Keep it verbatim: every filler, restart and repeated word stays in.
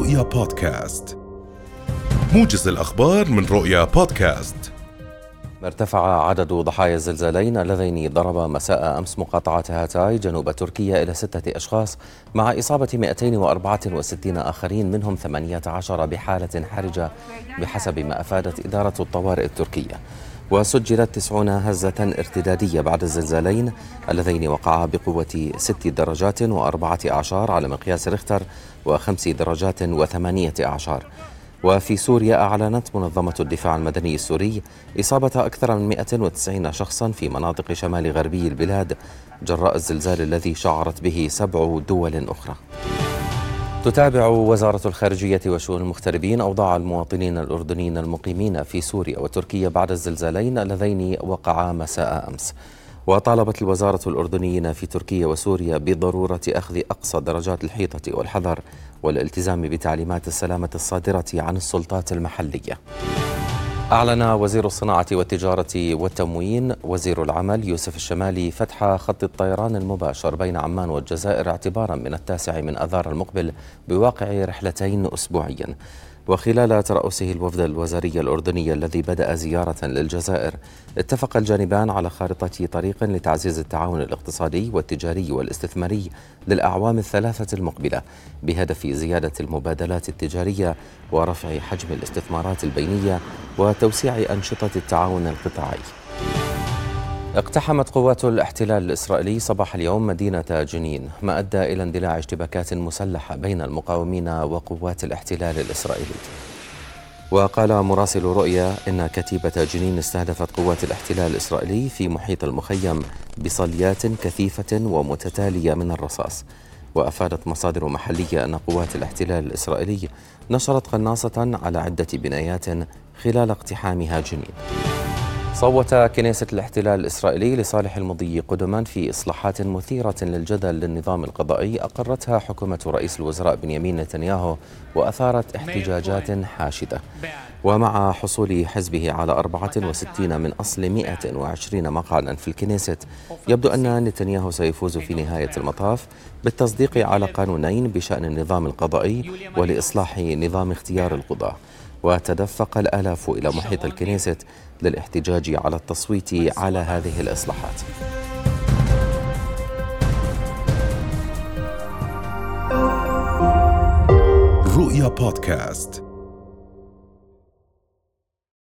رؤيا بودكاست، موجز الأخبار من رؤيا بودكاست. ارتفع عدد ضحايا الزلزالين اللذين ضربا مساء أمس مقاطعة هاتاي جنوب تركيا إلى ستة أشخاص، مع إصابة مئتين وأربعة وستين آخرين، منهم ثمانية عشر بحالة حرجة بحسب ما أفادت إدارة الطوارئ التركية. وسجلت تسعون هزة ارتدادية بعد الزلزالين اللذين وقعا بقوة ست درجات وأربعة أعشار على مقياس ريختر وخمس درجات وثمانية أعشار. وفي سوريا أعلنت منظمة الدفاع المدني السوري إصابة أكثر من مئة وتسعين شخصا في مناطق شمال غربي البلاد جراء الزلزال الذي شعرت به سبع دول أخرى. تتابع وزارة الخارجية وشؤون المغتربين أوضاع المواطنين الأردنيين المقيمين في سوريا وتركيا بعد الزلزالين اللذين وقعا مساء أمس. وطالبت الوزارة الأردنيين في تركيا وسوريا بضرورة أخذ أقصى درجات الحيطة والحذر والالتزام بتعليمات السلامة الصادرة عن السلطات المحلية. أعلن وزير الصناعة والتجارة والتموين وزير العمل يوسف الشمالي فتح خط الطيران المباشر بين عمان والجزائر اعتبارا من التاسع من أذار المقبل بواقع رحلتين أسبوعيا. وخلال ترأسه الوفد الوزاري الأردني الذي بدأ زيارة للجزائر، اتفق الجانبان على خارطة طريق لتعزيز التعاون الاقتصادي والتجاري والاستثماري للأعوام الثلاثة المقبلة بهدف زيادة المبادلات التجارية ورفع حجم الاستثمارات البينية وتوسيع أنشطة التعاون القطاعي. اقتحمت قوات الاحتلال الإسرائيلي صباح اليوم مدينة جنين، ما أدى إلى اندلاع اشتباكات مسلحة بين المقاومين وقوات الاحتلال الإسرائيلي. وقال مراسل رؤيا إن كتيبة جنين استهدفت قوات الاحتلال الإسرائيلي في محيط المخيم بصليات كثيفة ومتتالية من الرصاص. وأفادت مصادر محلية أن قوات الاحتلال الإسرائيلي نشرت قناصة على عدة بنايات خلال اقتحامها جنين. صوت كنيسة الاحتلال الإسرائيلي لصالح المضي قدما في إصلاحات مثيرة للجدل للنظام القضائي أقرتها حكومة رئيس الوزراء بنيامين نتنياهو، وأثارت احتجاجات حاشدة. ومع حصول حزبه على أربعة وستين من أصل مئة وعشرين مقعدا في الكنيسة، يبدو أن نتنياهو سيفوز في نهاية المطاف بالتصديق على قانونين بشأن النظام القضائي ولإصلاح نظام اختيار القضاة. وتدفق الآلاف إلى محيط الكنيسة للاحتجاج على التصويت على هذه الإصلاحات. رؤيا بودكاست.